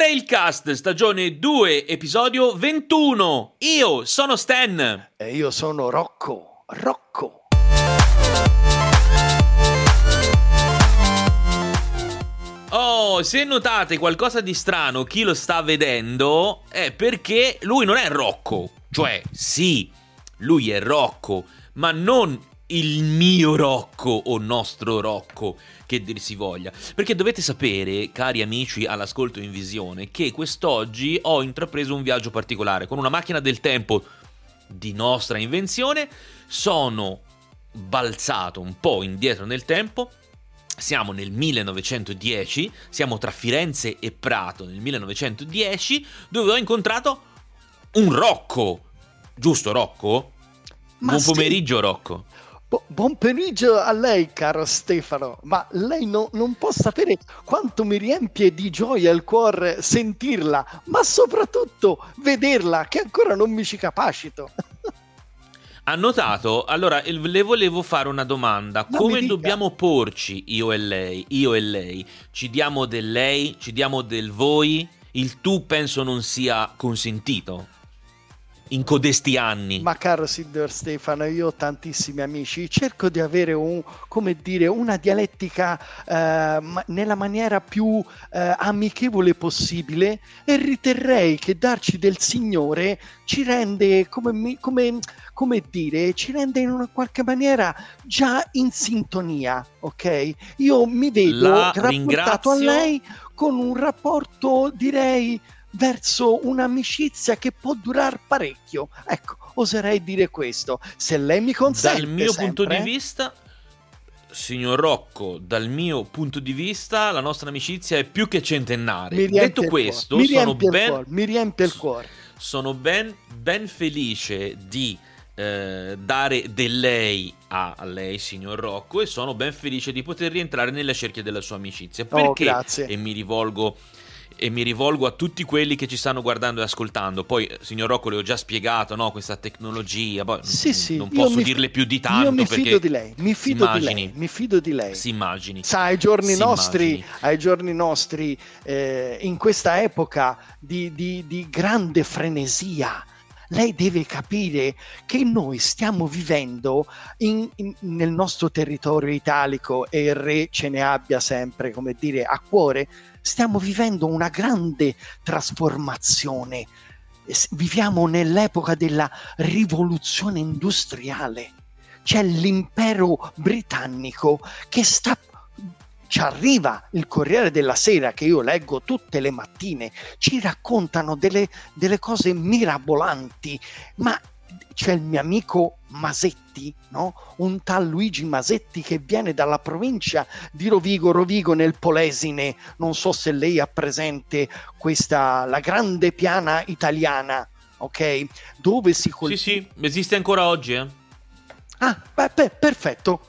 Trailcast, stagione 2, episodio 21. Io sono Stan. E io sono Rocco. Oh, se notate qualcosa di strano, chi lo sta vedendo, è perché lui non è Rocco. Cioè, sì, lui è Rocco, ma non il mio Rocco o nostro Rocco, che dir si voglia. Perché dovete sapere, cari amici all'ascolto in visione, che quest'oggi ho intrapreso un viaggio particolare. Con una macchina del tempo di nostra invenzione sono balzato un po' indietro nel tempo. Siamo nel 1910, siamo tra Firenze e Prato nel 1910, dove ho incontrato un Rocco. Giusto, Rocco? Ma Buon sì. pomeriggio, Rocco. Buon pomeriggio a lei, caro Stefano, ma lei non può sapere quanto mi riempie di gioia il cuore sentirla, ma soprattutto vederla, che ancora non mi ci capacito. Ha notato? Allora, le volevo fare una domanda. Ma Come mi dica. dobbiamo porci io e lei? Ci diamo del lei? Ci diamo del voi? Il tu penso non sia consentito in codesti anni. Ma caro signor Stefano, io ho tantissimi amici, cerco di avere una dialettica nella maniera più amichevole possibile, e riterrei che darci del Signore ci rende, ci rende in una qualche maniera già in sintonia, ok? Io mi vedo rapportato ringrazio. a lei con un rapporto, direi, verso un'amicizia che può durare parecchio. Ecco, oserei dire questo, se lei mi consente. Dal mio sempre. punto di vista, signor Rocco, dal mio punto di vista la nostra amicizia è più che centenaria. Mi riempie Detto il questo, cuore. Mi riempie il cuore. Sono ben felice di dare del lei a lei, signor Rocco, e sono ben felice di poter rientrare nella cerchia della sua amicizia. Perché? Grazie. E mi rivolgo a tutti quelli che ci stanno guardando e ascoltando. Poi, signor Rocco, le ho già spiegato, no, questa tecnologia. Poi Sì, non posso dirle più di tanto. Io mi perché fido di lei, mi fido di lei. Si immagini. Sa, ai giorni nostri, in questa epoca di grande frenesia, lei deve capire che noi stiamo vivendo nel nostro territorio italico, e il re ce ne abbia sempre, come dire, a cuore. Stiamo vivendo una grande trasformazione. Viviamo nell'epoca della rivoluzione industriale. C'è l'impero britannico che ci arriva il Corriere della Sera, che io leggo tutte le mattine, ci raccontano delle cose mirabolanti, ma c'è il mio amico Masetti, no? Un tal Luigi Masetti che viene dalla provincia di Rovigo nel Polesine. Non so se lei ha presente la grande piana italiana, ok? Dove si Sì, esiste ancora oggi, eh? Ah, perfetto.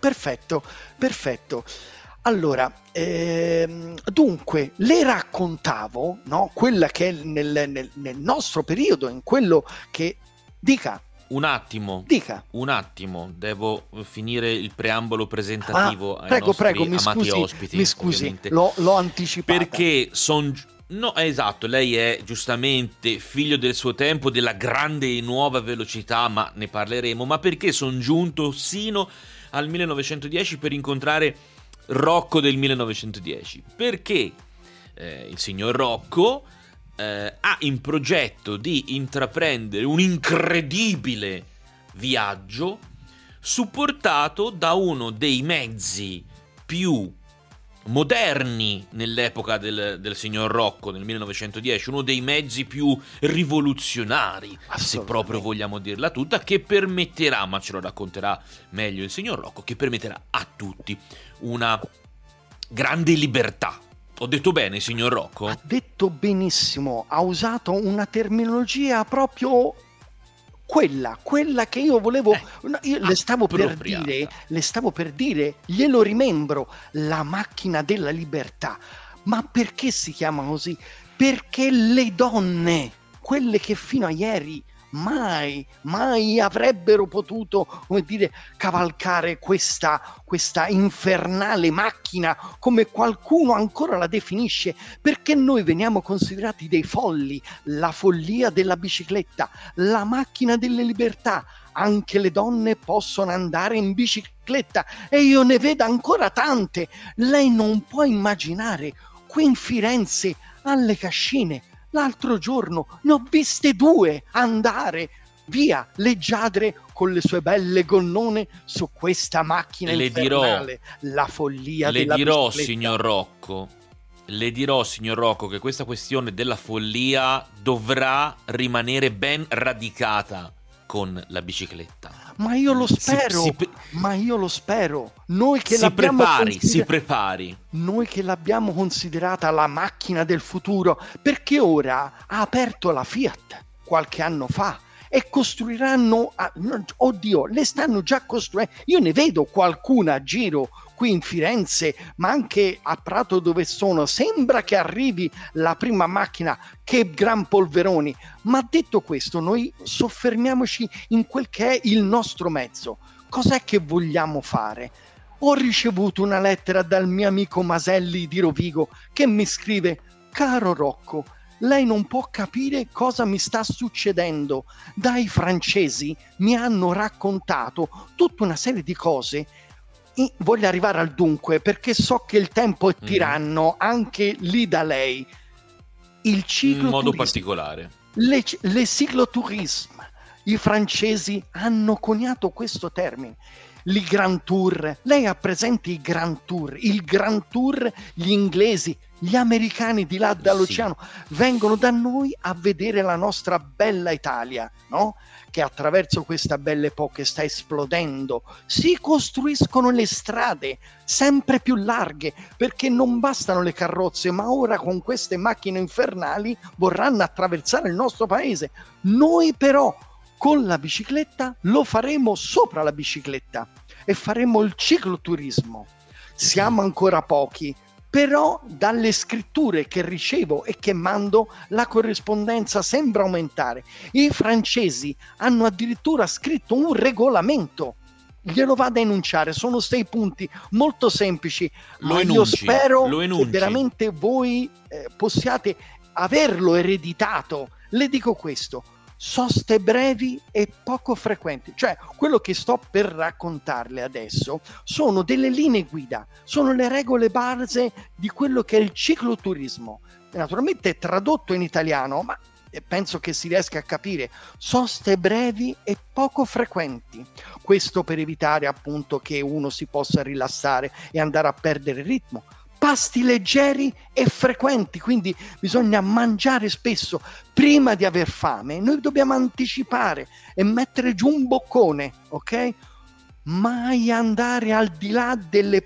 Allora, dunque, le raccontavo, no? Quella che è nel nostro periodo, in quello che... Dica. Un attimo, devo finire il preambolo presentativo ai nostri amati ospiti. Mi scusi, ovviamente. l'ho anticipato. Perché no, esatto, lei è giustamente figlio del suo tempo, della grande e nuova velocità, ma ne parleremo. Ma perché sono giunto sino al 1910 per incontrare Rocco del 1910? Perché il signor Rocco ha in progetto di intraprendere un incredibile viaggio supportato da uno dei mezzi più moderni nell'epoca del signor Rocco nel 1910, uno dei mezzi più rivoluzionari, se proprio vogliamo dirla tutta, che permetterà, ma ce lo racconterà meglio il signor Rocco, che permetterà a tutti una grande libertà. Ho detto bene, signor Rocco? Ha detto benissimo, ha usato una terminologia proprio quella che io volevo. Io le stavo per dire, glielo rimembro, la macchina della libertà. Ma perché si chiama così? Perché le donne, quelle che fino a ieri mai avrebbero potuto, come dire, cavalcare questa infernale macchina, come qualcuno ancora la definisce, perché noi veniamo considerati dei folli, la follia della bicicletta, la macchina delle libertà. Anche le donne possono andare in bicicletta e io ne vedo ancora tante. Lei non può immaginare, qui in Firenze, alle Cascine, l'altro giorno ne ho viste 2 andare via leggiadre con le sue belle gonnone su questa macchina infernale, la follia della bicicletta. Le dirò, signor Rocco, che questa questione della follia dovrà rimanere ben radicata con la bicicletta. Ma io lo spero, Noi che si prepari. Noi che l'abbiamo considerata la macchina del futuro, perché ora ha aperto la Fiat qualche anno fa e costruiranno, le stanno già costruendo. Io ne vedo qualcuna a giro qui in Firenze, ma anche a Prato dove sono. Sembra che arrivi la prima macchina, che gran polveroni. Ma detto questo, noi soffermiamoci in quel che è il nostro mezzo. Cos'è che vogliamo fare? Ho ricevuto una lettera dal mio amico Maselli di Rovigo che mi scrive: caro Rocco, lei non può capire cosa mi sta succedendo. Dai francesi mi hanno raccontato tutta una serie di cose. Voglio arrivare al dunque, perché so che il tempo è tiranno anche lì da lei. Il cicloturismo, in modo particolare, le cicloturisme. I francesi hanno coniato questo termine. Il Grand Tour, lei ha presente il Grand Tour? Il Grand Tour, gli inglesi, gli americani di là dall'oceano vengono da noi a vedere la nostra bella Italia, no? Che attraverso questa bella epoca sta esplodendo. Si costruiscono le strade sempre più larghe, perché non bastano le carrozze, ma ora con queste macchine infernali vorranno attraversare il nostro paese. Noi però con la bicicletta lo faremo sopra la bicicletta e faremo il cicloturismo. Siamo ancora pochi, però dalle scritture che ricevo e che mando la corrispondenza sembra aumentare. I francesi hanno addirittura scritto un regolamento, glielo vado a enunciare, sono 6 punti molto semplici, ma io spero che veramente voi possiate averlo ereditato. Le dico questo: soste brevi e poco frequenti. Cioè, quello che sto per raccontarle adesso sono delle linee guida, sono le regole base di quello che è il cicloturismo. Naturalmente tradotto in italiano, ma penso che si riesca a capire: soste brevi e poco frequenti. Questo per evitare appunto che uno si possa rilassare e andare a perdere il ritmo. Pasti leggeri e frequenti, quindi bisogna mangiare spesso. Prima di aver fame noi dobbiamo anticipare e mettere giù un boccone, ok? Mai andare al di là delle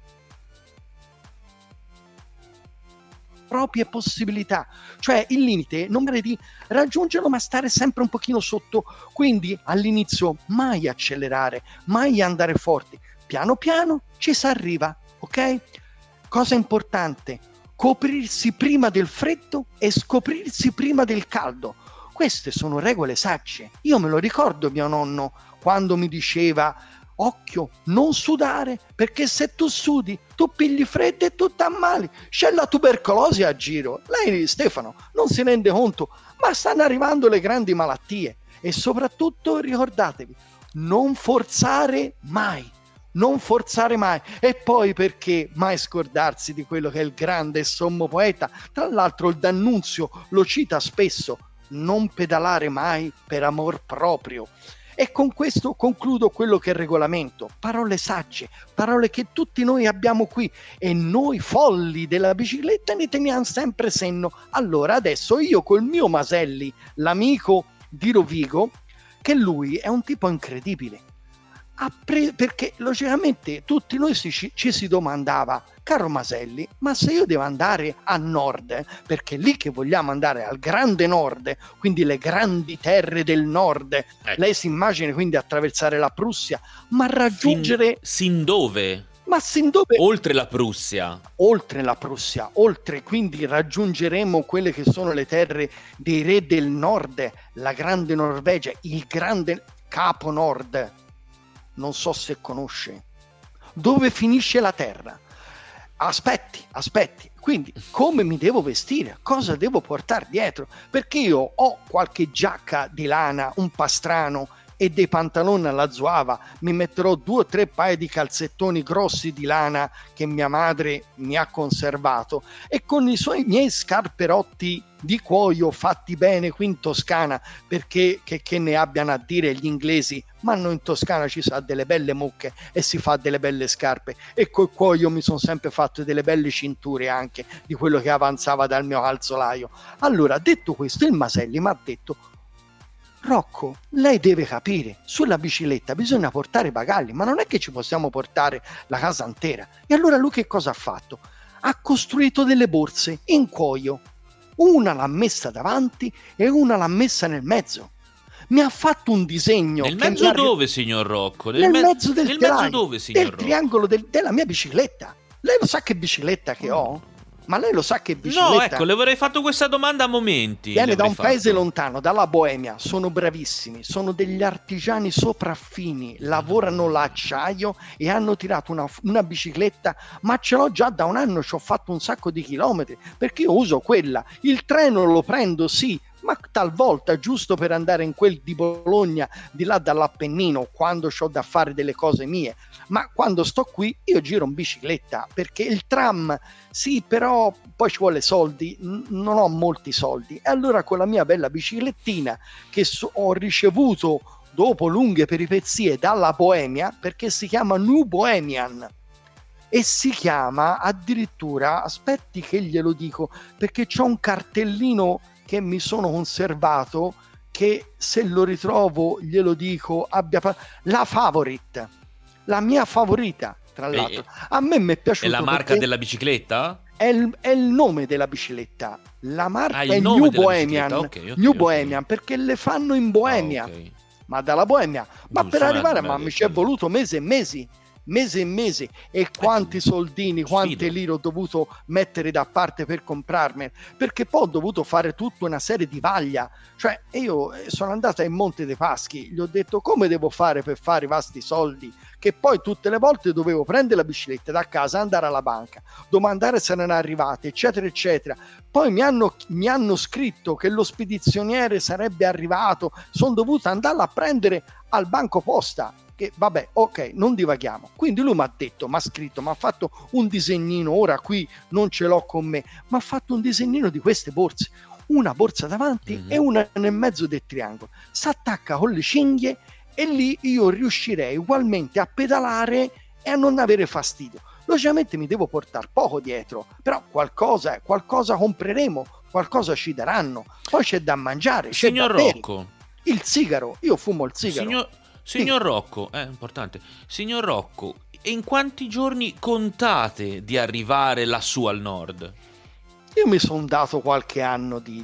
proprie possibilità, cioè il limite non è di raggiungerlo, ma stare sempre un pochino sotto. Quindi all'inizio mai accelerare, mai andare forti, piano piano ci si arriva, ok? Cosa importante: coprirsi prima del freddo e scoprirsi prima del caldo. Queste sono regole sagge. Io me lo ricordo mio nonno quando mi diceva: occhio, non sudare, perché se tu sudi tu pigli freddo e tu t'ammali. C'è la tubercolosi a giro. Lei, Stefano, non si rende conto, ma stanno arrivando le grandi malattie. E soprattutto ricordatevi: non forzare mai. Non forzare mai. E poi, perché mai scordarsi di quello che è il grande e sommo poeta? Tra l'altro il D'Annunzio lo cita spesso: non pedalare mai per amor proprio. E con questo concludo quello che è il regolamento. Parole sagge, parole che tutti noi abbiamo qui, e noi folli della bicicletta ne teniamo sempre senno. Allora adesso io col mio Maselli, l'amico di Rovigo, che lui è un tipo incredibile, perché logicamente tutti noi ci si domandava: caro Maselli, ma se io devo andare a nord, perché è lì che vogliamo andare, al grande nord, quindi le grandi terre del nord, lei si immagina quindi attraversare la Prussia, ma raggiungere sin dove? Ma sin dove? Oltre la Prussia. Oltre la Prussia, oltre, quindi raggiungeremo quelle che sono le terre dei re del nord, la grande Norvegia, il grande Capo Nord, non so se conosce, dove finisce la terra. Aspetti, quindi come mi devo vestire, cosa devo portare dietro, perché io ho qualche giacca di lana, un pastrano e dei pantaloni alla zuava, mi metterò 2 o 3 paia di calzettoni grossi di lana che mia madre mi ha conservato, e con i miei scarperotti di cuoio fatti bene qui in Toscana, perché che ne abbiano a dire gli inglesi, ma noi in Toscana ci sa delle belle mucche e si fa delle belle scarpe, e col cuoio mi sono sempre fatto delle belle cinture anche di quello che avanzava dal mio calzolaio. Allora, detto questo, il Maselli mi ha detto: Rocco, lei deve capire, sulla bicicletta bisogna portare i bagagli, ma non è che ci possiamo portare la casa intera. E allora lui che cosa ha fatto? Ha costruito delle borse in cuoio, una l'ha messa davanti e una l'ha messa nel mezzo. Mi ha fatto un disegno. Nel mezzo dove, signor Rocco? Nel mezzo del nel mezzo dove, signor del Rocco? triangolo della mia bicicletta. Lei lo sa che bicicletta che ho? Ma lei lo sa che bicicletta? No, ecco, le avrei fatto questa domanda a momenti. Viene da un paese lontano, dalla Boemia, sono bravissimi, sono degli artigiani sopraffini, lavorano l'acciaio e hanno tirato una bicicletta, ma ce l'ho già da un anno, ci ho fatto un sacco di chilometri, perché io uso quella. Il treno lo prendo, sì, ma talvolta giusto per andare in quel di Bologna, di là dall'Appennino, quando ho da fare delle cose mie. Ma quando sto qui io giro in bicicletta, perché il tram sì, però poi ci vuole soldi, non ho molti soldi, e allora con la mia bella biciclettina che ho ricevuto dopo lunghe peripezie dalla Boemia, perché si chiama New Bohemian e si chiama addirittura, aspetti che glielo dico, perché c'ho un cartellino che mi sono conservato, che se lo ritrovo glielo dico, la Favorite, la mia favorita, tra l'altro. A me mi è piaciuto. È la marca della bicicletta? È il nome della bicicletta. La marca è New Bohemian. Okay, New Bohemian, perché le fanno in Boemia. Okay. Ma dalla Boemia. Ma Giusto, per arrivare, mi ci è voluto mesi e mesi, e quanti soldini, quante lire ho dovuto mettere da parte per comprarmi, perché poi ho dovuto fare tutta una serie di vaglia. Cioè, io sono andata in Monte dei Paschi, gli ho detto come devo fare per fare i vasti soldi, che poi tutte le volte dovevo prendere la bicicletta da casa, andare alla banca, domandare se erano arrivate, eccetera eccetera. Poi mi hanno scritto che lo spedizioniere sarebbe arrivato, sono dovuta andarla a prendere al banco posta, che vabbè, ok, non divaghiamo. Quindi lui mi ha detto, mi ha scritto, mi ha fatto un disegnino, ora qui non ce l'ho con me, mi ha fatto un disegnino di queste borse, una borsa davanti e una nel mezzo del triangolo, si attacca con le cinghie e lì io riuscirei ugualmente a pedalare e a non avere fastidio. Logicamente mi devo portare poco dietro, però qualcosa compreremo, qualcosa ci daranno, poi c'è da mangiare, c'è signor da bere. Rocco, il sigaro, io fumo il sigaro. Signor Rocco, è importante. Signor Rocco, in quanti giorni contate di arrivare lassù al nord? Io mi sono dato qualche anno di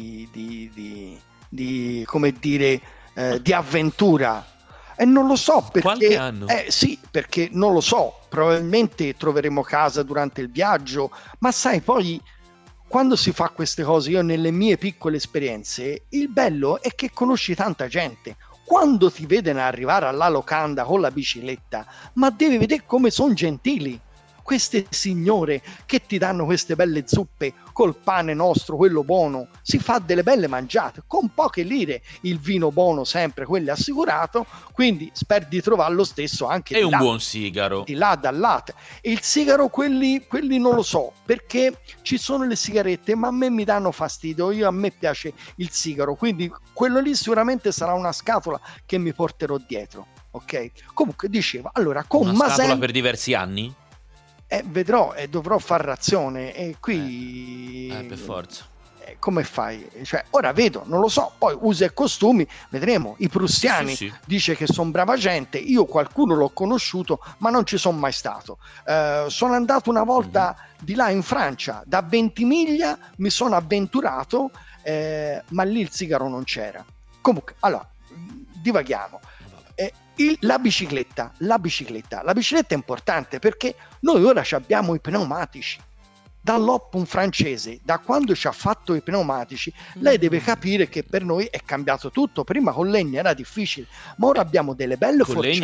come dire, di avventura, e non lo so perché. Qualche anno? Sì, perché non lo so, probabilmente troveremo casa durante il viaggio, ma sai, poi quando si fa queste cose, io nelle mie piccole esperienze, il bello è che conosci tanta gente. Quando ti vedono arrivare alla locanda con la bicicletta, ma devi vedere come sono gentili queste signore che ti danno queste belle zuppe col pane nostro, quello buono, si fa delle belle mangiate con poche lire, il vino buono sempre, quello assicurato, quindi spero di trovare lo stesso anche è un buon sigaro di là dal latte. Il sigaro, quelli non lo so, perché ci sono le sigarette, ma a me mi danno fastidio, a me piace il sigaro, quindi quello lì sicuramente sarà una scatola che mi porterò dietro, ok? Comunque dicevo, allora con una scatola per diversi anni? Vedrò e dovrò far razione, e qui per forza. Come fai? Cioè, ora vedo, non lo so, poi usi e costumi, vedremo. I prussiani sì. Dice che sono brava gente, io qualcuno l'ho conosciuto ma non ci sono mai stato. Sono andato una volta di là in Francia, da Ventimiglia mi sono avventurato, ma lì il sigaro non c'era. Comunque, allora, divaghiamo. La bicicletta è importante perché noi ora abbiamo i pneumatici. Dall'Oppum francese, da quando ci ha fatto i pneumatici, lei deve capire che per noi è cambiato tutto. Prima con legno era difficile, ma ora abbiamo delle belle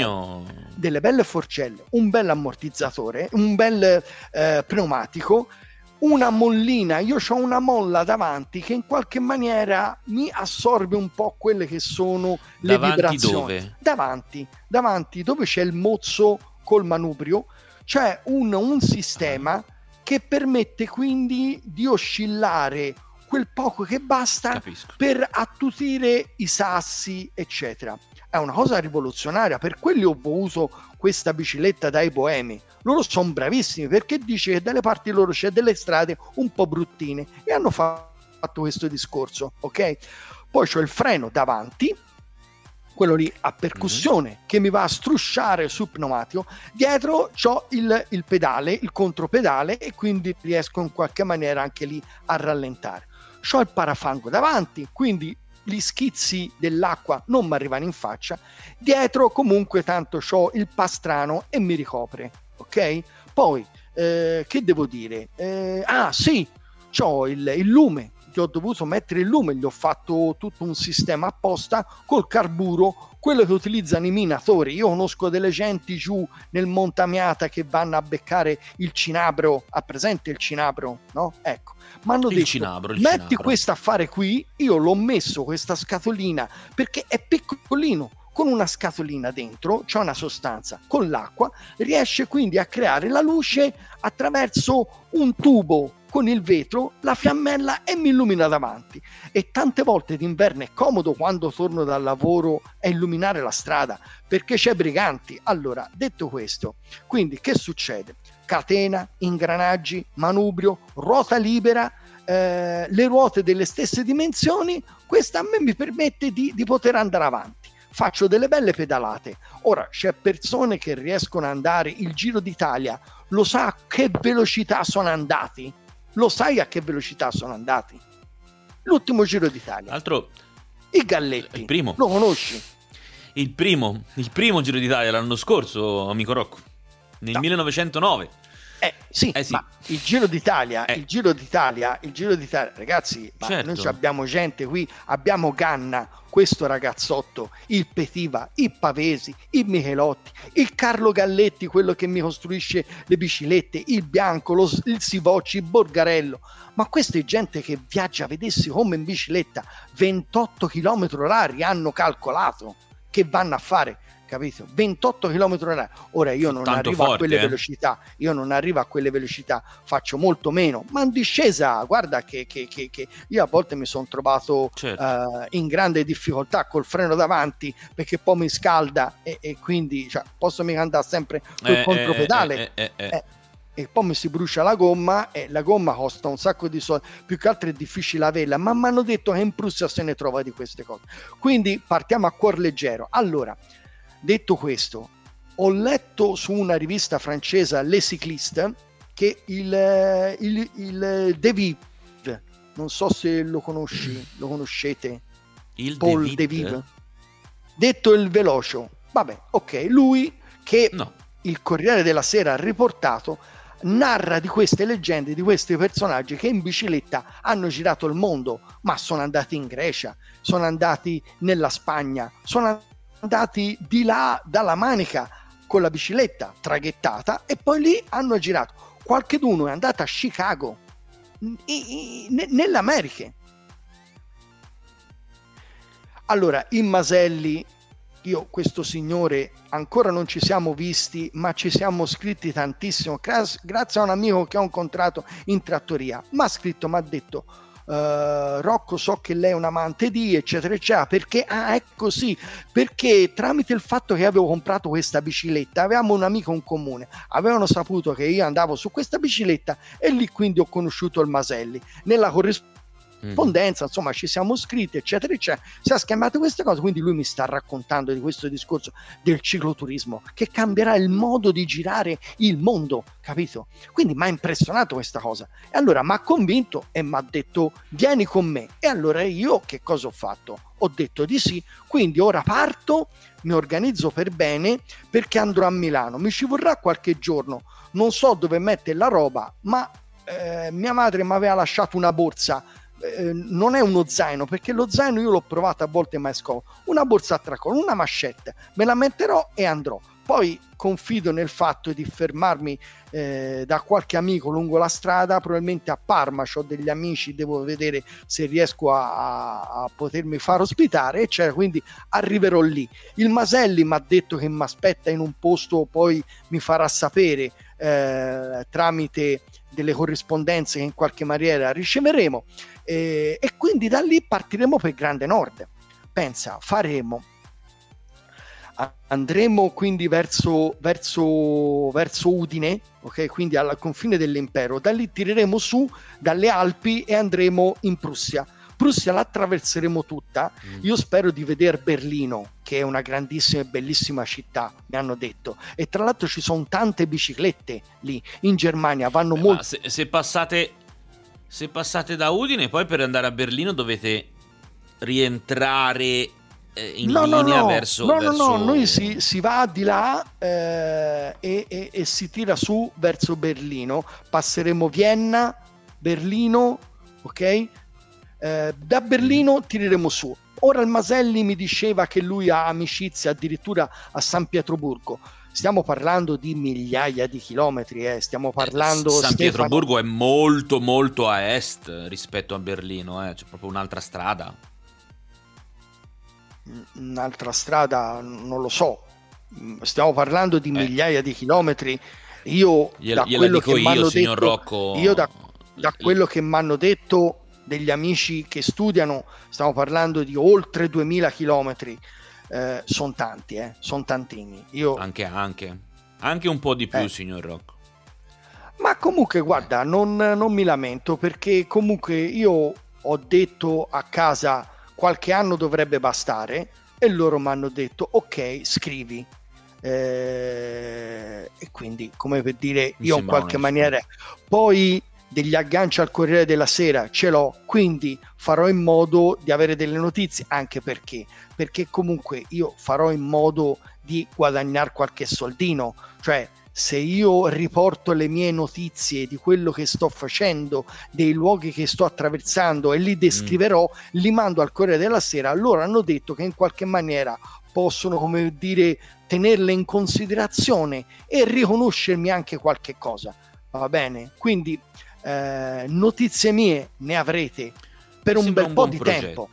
forcelle, un bel ammortizzatore, un bel pneumatico, una mollina. Io ho una molla davanti che in qualche maniera mi assorbe un po' quelle che sono le vibrazioni. Davanti dove c'è il mozzo col manubrio c'è un sistema che permette quindi di oscillare quel poco che basta. Capisco. Per attutire i sassi, eccetera. È una cosa rivoluzionaria, per quelli ho voluto questa bicicletta dai boemi. Loro sono bravissimi, perché dice che dalle parti loro c'è delle strade un po' bruttine e hanno fatto questo discorso, ok? Poi c'ho il freno davanti, quello lì a percussione che mi va a strusciare sul pneumatico. Dietro c'ho il pedale, il contropedale, e quindi riesco in qualche maniera anche lì a rallentare. C'ho il parafango davanti, quindi gli schizzi dell'acqua non mi arrivano in faccia. Dietro comunque tanto c'ho il pastrano e mi ricopre, ok? Poi che devo dire? Sì, c'ho il lume. Ho dovuto mettere il lume, gli ho fatto tutto un sistema apposta col carburo, quello che utilizzano i minatori. Io conosco delle genti giù nel Montamiata che vanno a beccare il cinabro, ha presente il cinabro, no? Ecco, mi hanno detto metti questo affare qui. Io l'ho messo questa scatolina perché è piccolino, con una scatolina dentro c'è una sostanza, con l'acqua riesce quindi a creare la luce attraverso un tubo con il vetro, la fiammella, e mi illumina davanti. E tante volte d'inverno è comodo quando torno dal lavoro a illuminare la strada perché c'è briganti. Allora, detto questo, quindi che succede? Catena, ingranaggi, manubrio, ruota libera, le ruote delle stesse dimensioni. Questa a me mi permette di poter andare avanti. Faccio delle belle pedalate. Ora c'è persone che riescono ad andare il Giro d'Italia, lo sa a che velocità sono andati? Lo sai a che velocità sono andati? L'ultimo Giro d'Italia. Altro, i Galletti. Il primo. Lo conosci? Il primo Giro d'Italia l'anno scorso, amico Rocco. Nel 1909. Sì, ma il Giro d'Italia, ragazzi, certo. Noi abbiamo gente qui, abbiamo Ganna, questo ragazzotto, il Petiva, i Pavesi, i Michelotti, il Carlo Galletti, quello che mi costruisce le biciclette, il Bianco, il Sivocci, il Borgarello. Ma questa è gente che viaggia, vedessi come in bicicletta, 28 km/h hanno calcolato che vanno a fare. Capito? 28 km/h. Ora io non arrivo a quelle velocità, faccio molto meno, ma in discesa guarda che io a volte mi sono trovato in grande difficoltà col freno davanti, perché poi mi scalda e quindi posso mica andare sempre col contropedale e poi mi si brucia la gomma, e la gomma costa un sacco di soldi, più che altro è difficile averla, ma mi hanno detto che in Prussia se ne trova di queste cose. Quindi partiamo a cuor leggero. Allora, detto questo, ho letto su una rivista francese, Le Cycliste, che il De Vive, non so se lo conoscete, il Paul De Vive, detto il Velocio. Vabbè, ok, lui che il Corriere della Sera ha riportato, narra di queste leggende, di questi personaggi che in bicicletta hanno girato il mondo, ma sono andati in Grecia, sono andati nella Spagna, sono andati di là dalla Manica con la bicicletta traghettata e poi lì hanno girato. Qualcheduno è andato a Chicago, nelle Americhe. Allora, in Maselli, io questo signore ancora non ci siamo visti, ma ci siamo scritti tantissimo, grazie a un amico che ho incontrato in trattoria. Mi ha scritto, mi ha detto: Rocco, so che lei è un amante di eccetera eccetera, perché è così, perché tramite il fatto che avevo comprato questa bicicletta avevamo un amico in comune, avevano saputo che io andavo su questa bicicletta e lì quindi ho conosciuto il Maselli. Nella corrispondenza corrispondenza, insomma ci siamo scritti eccetera eccetera, si è scambiato queste cose, quindi lui mi sta raccontando di questo discorso del cicloturismo che cambierà il modo di girare il mondo, capito? Quindi mi ha impressionato questa cosa e allora mi ha convinto e mi ha detto vieni con me, e allora io che cosa ho fatto? Ho detto di sì, quindi ora parto, mi organizzo per bene perché andrò a Milano, mi ci vorrà qualche giorno, non so dove mettere la roba, ma mia madre mi aveva lasciato una borsa, non è uno zaino perché lo zaino io l'ho provato a volte ma è scomodo, una borsa a tracolla, una mascetta, me la metterò e andrò. Poi confido nel fatto di fermarmi da qualche amico lungo la strada, probabilmente a Parma ho degli amici, devo vedere se riesco a potermi far ospitare eccetera, quindi arriverò lì. Il Maselli mi ha detto che mi aspetta in un posto, poi mi farà sapere tramite delle corrispondenze che in qualche maniera riceveremo, e quindi da lì partiremo per Grande Nord. Pensa, andremo quindi verso Udine, ok, quindi al confine dell'impero, da lì tireremo su dalle Alpi e andremo in Prussia la attraverseremo tutta. Io spero di vedere Berlino, che è una grandissima e bellissima città, mi hanno detto, e tra l'altro ci sono tante biciclette lì in Germania, vanno molto. Se passate da Udine, poi per andare a Berlino dovete rientrare in linea verso... No, noi si va di là e si tira su verso Berlino, passeremo Vienna, Berlino, ok? Da Berlino tireremo su. Ora il Maselli mi diceva che lui ha amicizia addirittura a San Pietroburgo. Stiamo parlando di migliaia di chilometri, stiamo parlando... San Pietroburgo è molto molto a est rispetto a Berlino, c'è proprio un'altra strada. Un'altra strada, non lo so. Stiamo parlando di migliaia di chilometri. Io da quello che mi hanno detto, Rocco, da quello che mi hanno detto degli amici che studiano, stiamo parlando di oltre 2000 chilometri. Sono tanti, sono tantini. Io anche un po' di più, signor Rocco. Ma comunque guarda, non mi lamento, perché comunque io ho detto a casa qualche anno dovrebbe bastare, e loro mi hanno detto ok, scrivi, e quindi, come per dire, io in qualche maniera poi degli agganci al Corriere della Sera ce l'ho, quindi farò in modo di avere delle notizie, anche perché comunque io farò in modo di guadagnare qualche soldino, cioè se io riporto le mie notizie di quello che sto facendo, dei luoghi che sto attraversando, e li descriverò, li mando al Corriere della Sera, loro hanno detto che in qualche maniera possono, come dire, tenerle in considerazione e riconoscermi anche qualche cosa, va bene? Quindi notizie mie ne avrete per un bel po' di tempo.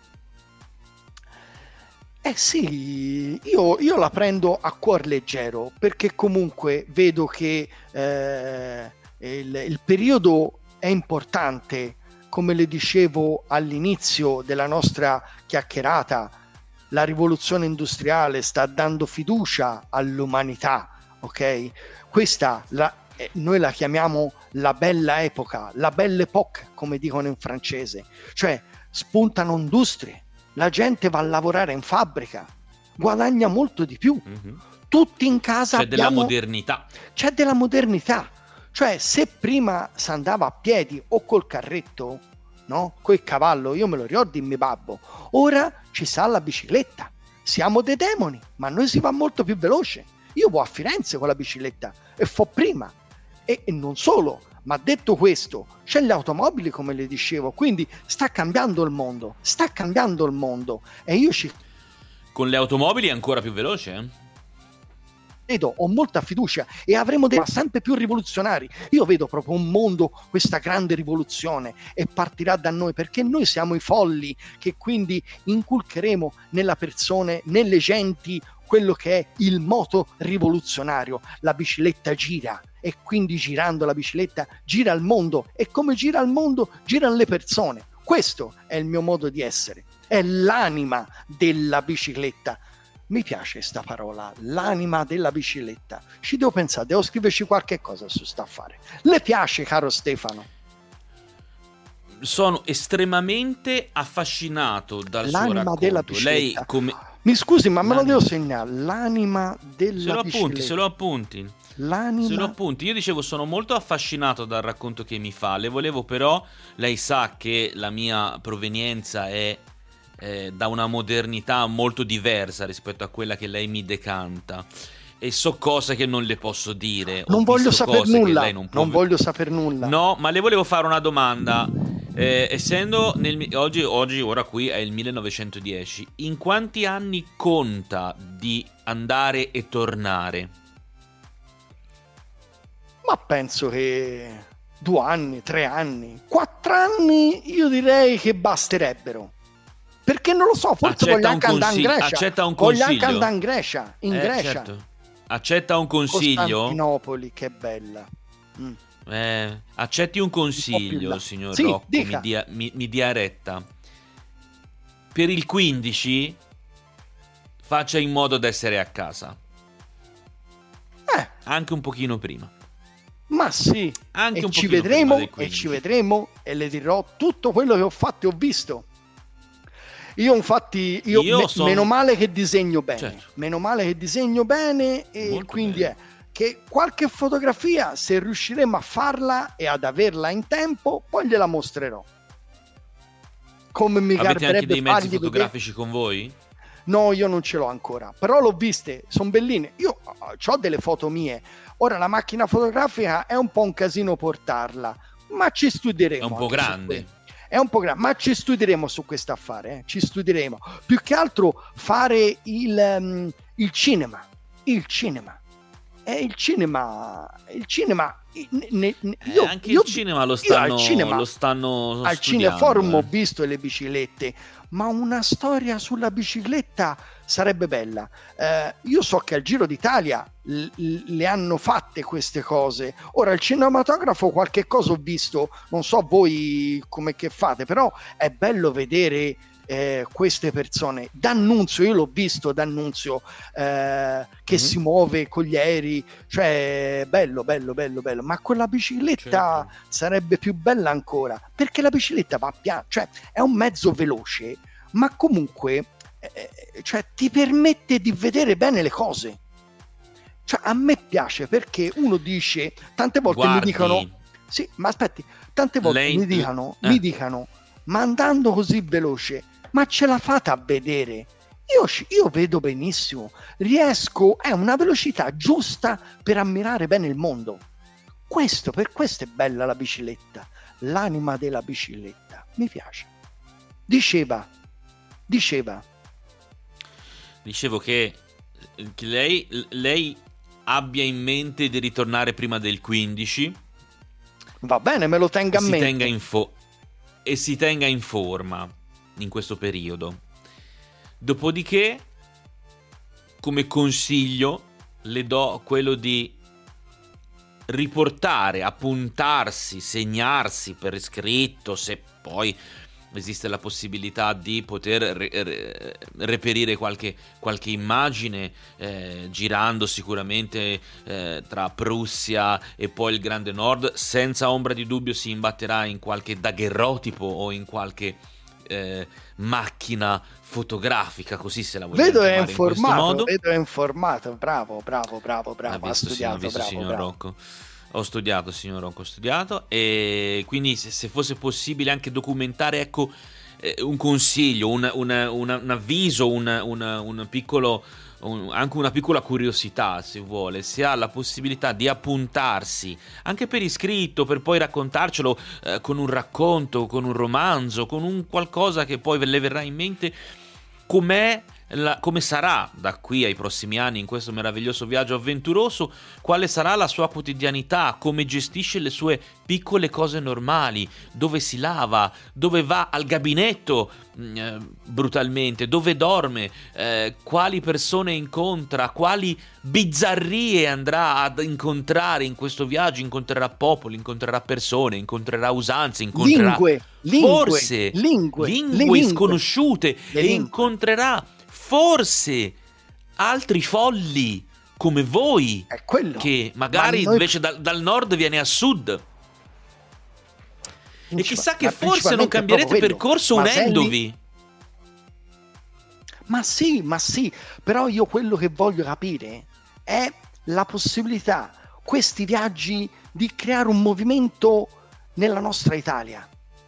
Sì, io la prendo a cuor leggero, perché comunque vedo che il periodo è importante, come le dicevo all'inizio della nostra chiacchierata. La rivoluzione industriale sta dando fiducia all'umanità, ok? Questa noi la chiamiamo la bella epoca, la belle époque, come dicono in francese, cioè spuntano industrie, la gente va a lavorare in fabbrica, guadagna molto di più, tutti in casa della modernità. C'è della modernità, cioè se prima si andava a piedi o col carretto, no? Col cavallo, io me lo ricordo in mio babbo, ora ci sa la bicicletta, siamo dei demoni, ma noi si va molto più veloce. Io vado a Firenze con la bicicletta e fo prima, e non solo, ma detto questo, c'è le automobili, come le dicevo, quindi sta cambiando il mondo, e io con le automobili è ancora più veloce, ho molta fiducia, e avremo dei sempre più rivoluzionari. Io vedo proprio un mondo, questa grande rivoluzione, e partirà da noi, perché noi siamo i folli che quindi inculcheremo nelle persone, nelle genti, quello che è il moto rivoluzionario. La bicicletta gira, e quindi girando la bicicletta gira il mondo, e come gira il mondo girano le persone. Questo è il mio modo di essere, è l'anima della bicicletta. Mi piace sta parola, l'anima della bicicletta. Ci devo pensare, devo scriverci qualche cosa su sta affare. Le piace, caro Stefano? sono estremamente affascinato dal suo L'anima racconto. della Lei bicicletta. come... Mi scusi, ma me lo L'anima- devo segnare. L'anima della bicicletta. Se lo appunti. Se lo L'anima. appunti, io dicevo sono molto affascinato dal racconto che mi fa. Le volevo però, lei sa che la mia provenienza è da una modernità molto diversa rispetto a quella che lei mi decanta. E so cose che non le posso dire. Non Ho voglio visto saper cose che nulla. lei non può. Non voglio saper nulla. No, ma le volevo fare una domanda. Essendo oggi, ora qui è il 1910, in quanti anni conta di andare e tornare? Ma penso che 2 anni, 3 anni, 4 anni io direi che basterebbero. Perché non lo so, forse voglio anche andare in Grecia. Accetta un Voglio consiglio? anche andare in Grecia. In Grecia. Certo. Accetta un consiglio? Costantinopoli, che bella. Accetti un Un po' più consiglio, là. signor Sì, Rocco, dica. mi dia retta. Per il 15 faccia in modo da essere a casa. Anche un pochino prima. Ma sì, Anche e un ci pochino prima vedremo, del e 15. ci vedremo e le dirò tutto quello che ho fatto e ho visto. Io infatti, meno male che disegno bene, Certo. meno male che disegno bene e Molto quindi bene. è che qualche fotografia, se riusciremo a farla e ad averla in tempo, poi gliela mostrerò. Come mi Avete anche garberebbe dei mezzi fargli vedere. fotografici con voi? No, io non ce l'ho ancora, però l'ho viste, sono belline. Io ho delle foto mie. Ora la macchina fotografica è un po' un casino portarla, ma ci studieremo. È un po' anche su grande. quello. È un po' grande, ma ci studieremo su questo affare, ci studieremo. Più che altro fare il cinema. Il cinema. Il cinema. Anche il cinema lo stanno al studiando. Cineforum ho visto le biciclette, ma una storia sulla bicicletta sarebbe bella. Io so che al Giro d'Italia le hanno fatte queste cose. Ora il cinematografo qualche cosa ho visto, non so voi come che fate, però è bello vedere queste persone. D'Annunzio, io l'ho visto D'Annunzio che si muove con gli aerei, cioè bello, ma con la bicicletta sarebbe più bella ancora, perché la bicicletta va piano, cioè è un mezzo veloce, ma comunque cioè ti permette di vedere bene le cose. Cioè a me piace, perché uno dice, tante volte mi dicono sì, ma aspetti, tante volte mi dicono ma andando così veloce, ma ce la fate a vedere? Io vedo benissimo, riesco, è una velocità giusta per ammirare bene il mondo. Per questo è bella la bicicletta, l'anima della bicicletta, mi piace. Dicevo che lei abbia in mente di ritornare prima del 15. Va bene, me lo tenga a mente. E si tenga in forma in questo periodo. Dopodiché, come consiglio, le do quello di riportare, appuntarsi, segnarsi per iscritto, se poi esiste la possibilità di poter reperire qualche immagine, girando sicuramente tra Prussia e poi il Grande Nord. Senza ombra di dubbio si imbatterà in qualche daguerrotipo o in qualche macchina fotografica, così se la vogliamo chiamare in questo modo. Vedo è informato, bravo, ha studiato, signor Rocco. Ho studiato, signor Rocco, ho studiato, e quindi se fosse possibile anche documentare, ecco, un consiglio, un avviso, un piccolo, anche una piccola curiosità, se vuole, si ha la possibilità di appuntarsi anche per iscritto, per poi raccontarcelo con un racconto, con un romanzo, con un qualcosa che poi le verrà in mente, come sarà da qui ai prossimi anni in questo meraviglioso viaggio avventuroso, quale sarà la sua quotidianità, come gestisce le sue piccole cose normali, dove si lava, dove va al gabinetto brutalmente, dove dorme, quali persone incontra, quali bizzarrie andrà ad incontrare in questo viaggio. Incontrerà popoli, incontrerà persone, incontrerà usanze, incontrerà lingue sconosciute, e incontrerà forse altri folli come voi, che magari invece dal nord viene a sud. E chissà che forse non cambierete percorso unendovi. Ma sì, però io quello che voglio capire è la possibilità, questi viaggi, di creare un movimento nella nostra Italia.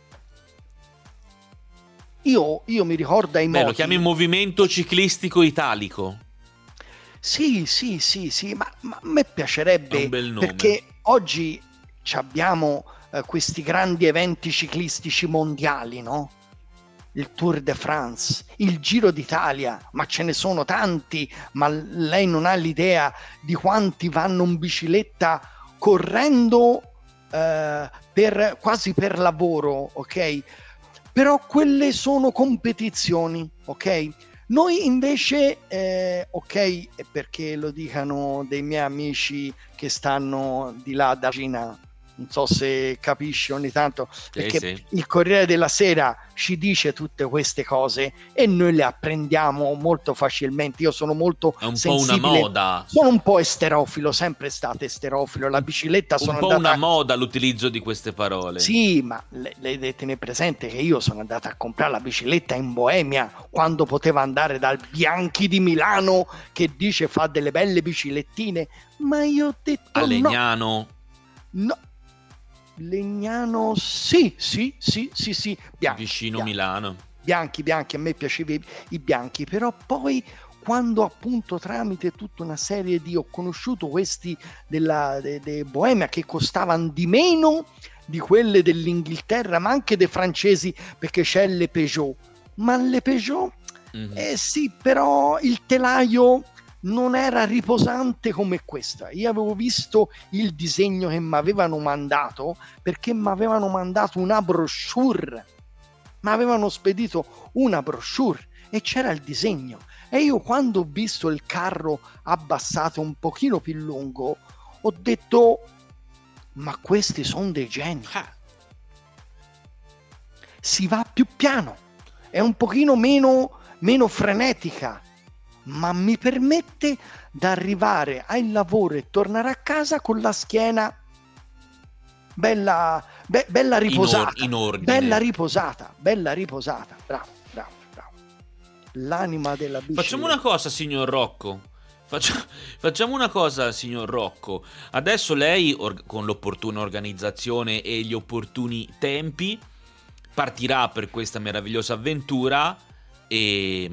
Io mi ricordo ai modi... Lo chiami movimento ciclistico italico? Sì, ma a me piacerebbe, è un bel nome. Perché oggi abbiamo questi grandi eventi ciclistici mondiali, no? Il Tour de France, il Giro d'Italia, ma ce ne sono tanti, ma lei non ha l'idea di quanti vanno in bicicletta correndo quasi per lavoro, ok? Però quelle sono competizioni, ok? Noi invece, ok, perché lo dicano dei miei amici che stanno di là da Cina, non so se capisci ogni tanto, perché il Corriere della Sera ci dice tutte queste cose e noi le apprendiamo molto facilmente. Io sono molto sensibile. È un po' una moda. Sono un po' esterofilo, sempre stato esterofilo. La bicicletta un po' una moda l'utilizzo di queste parole. Sì, ma lei deve tenere presente che io sono andata a comprare la bicicletta in Boemia quando poteva andare dal Bianchi di Milano che dice fa delle belle biciclettine, ma io ho detto a Legnano. No. Legnano, sì, bianchi, vicino bianchi. Milano. Bianchi, a me piacevano i bianchi, però poi quando appunto tramite tutta una serie ho conosciuto questi de Boemia che costavano di meno di quelle dell'Inghilterra, ma anche dei francesi, perché c'è le Peugeot, ma le Peugeot sì, però il telaio non era riposante come questa. Io avevo visto il disegno che mi avevano mandato, perché mi avevano mandato una brochure, mi avevano spedito una brochure e c'era il disegno, e io quando ho visto il carro abbassato un pochino più lungo ho detto ma questi sono dei geni. Si va più piano, è un pochino meno frenetica, ma mi permette di arrivare al lavoro e tornare a casa con la schiena bella riposata, in ordine. bella riposata, bravo. L'anima della bicicletta. Facciamo una cosa, signor Rocco. Facciamo una cosa, signor Rocco. Adesso lei, con l'opportuna organizzazione e gli opportuni tempi, partirà per questa meravigliosa avventura e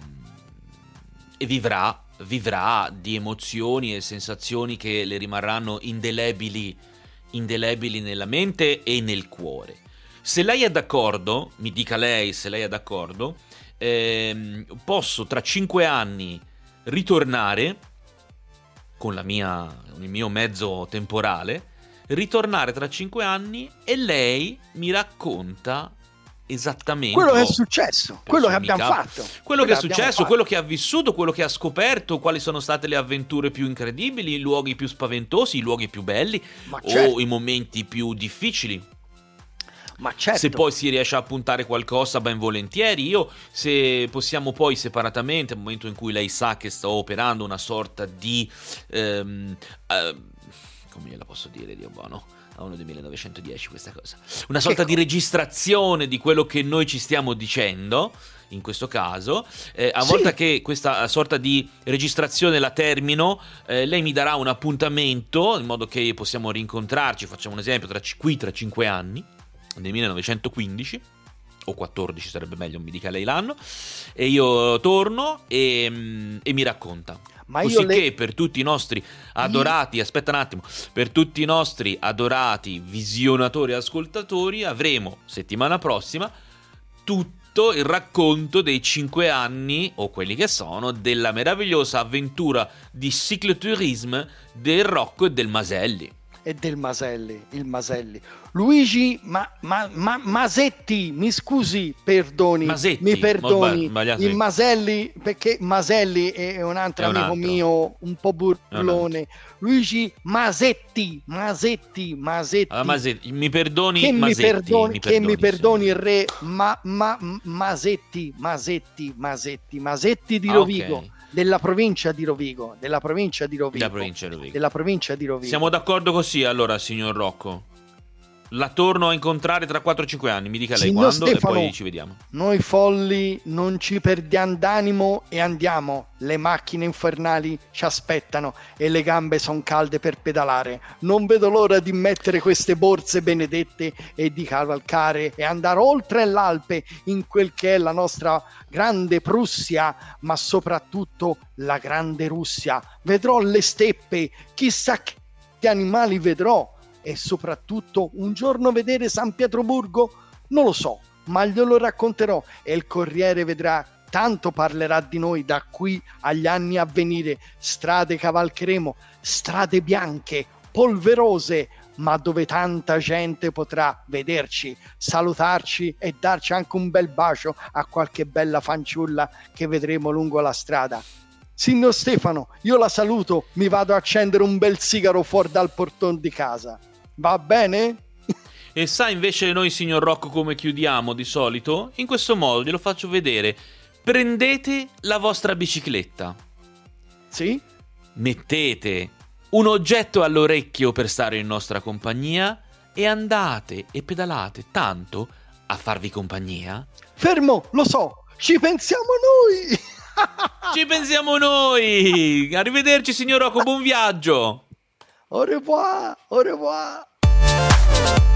vivrà di emozioni e sensazioni che le rimarranno indelebili nella mente e nel cuore. Se lei è d'accordo, mi dica lei se lei è d'accordo, posso tra 5 anni ritornare con il mio mezzo temporale, ritornare tra 5 anni e lei mi racconta esattamente quello che è successo, quello che abbiamo fatto, quello che è successo, quello che ha vissuto, quello che ha scoperto, quali sono state le avventure più incredibili, i luoghi più spaventosi, i luoghi più belli, o i momenti più difficili. Ma certo. Se poi si riesce a puntare qualcosa, ben volentieri. Io, se possiamo poi separatamente, al momento in cui lei sa che sto operando una sorta di come gliela posso dire, Dio buono, a uno del 1910 questa cosa, una sorta di registrazione di quello che noi ci stiamo dicendo in questo caso, a volta che questa sorta di registrazione la termino, lei mi darà un appuntamento in modo che possiamo rincontrarci, facciamo un esempio, tra 5 anni, nel 1915 o 14 sarebbe meglio, mi dica lei l'anno, e io torno e mi racconta. Cosicché per tutti i nostri adorati, aspetta un attimo, per tutti i nostri adorati visionatori e ascoltatori avremo settimana prossima tutto il racconto dei 5 anni, o quelli che sono, della meravigliosa avventura di cyclotourisme del Rocco e del Maselli. E del Maselli, il Maselli. Luigi Masetti, mi scusi, perdoni, Masetti, mi perdoni, il Maselli, perché Maselli è un altro amico mio, un po' burlone. Luigi Masetti. Allora, Masetti, mi perdoni, che Masetti, mi perdoni il re, Masetti di Rovigo. Okay. Della provincia di Rovigo. Siamo d'accordo così allora, signor Rocco? La torno a incontrare tra 4-5 anni, mi dica lei Signor quando Stefano, e poi ci vediamo. Noi folli non ci perdiamo d'animo e andiamo. Le macchine infernali ci aspettano e le gambe sono calde per pedalare. Non vedo l'ora di mettere queste borse benedette e di cavalcare e andare oltre l'Alpe in quel che è la nostra grande Prussia, ma soprattutto la grande Russia. Vedrò le steppe, chissà che animali vedrò. E soprattutto un giorno vedere San Pietroburgo? Non lo so, ma glielo racconterò e il Corriere vedrà, tanto parlerà di noi da qui agli anni a venire. Strade cavalcheremo, strade bianche, polverose, ma dove tanta gente potrà vederci, salutarci e darci anche un bel bacio a qualche bella fanciulla che vedremo lungo la strada. Signor Stefano, io la saluto, mi vado a accendere un bel sigaro fuori dal portone di casa. Va bene? E sa invece noi, signor Rocco, come chiudiamo di solito? In questo modo, glielo faccio vedere. Prendete la vostra bicicletta. Sì? Mettete un oggetto all'orecchio per stare in nostra compagnia e andate e pedalate tanto a farvi compagnia. Fermo, lo so, ci pensiamo noi! Ci pensiamo noi! Arrivederci, signor Rocco, buon viaggio! Au revoir, au revoir.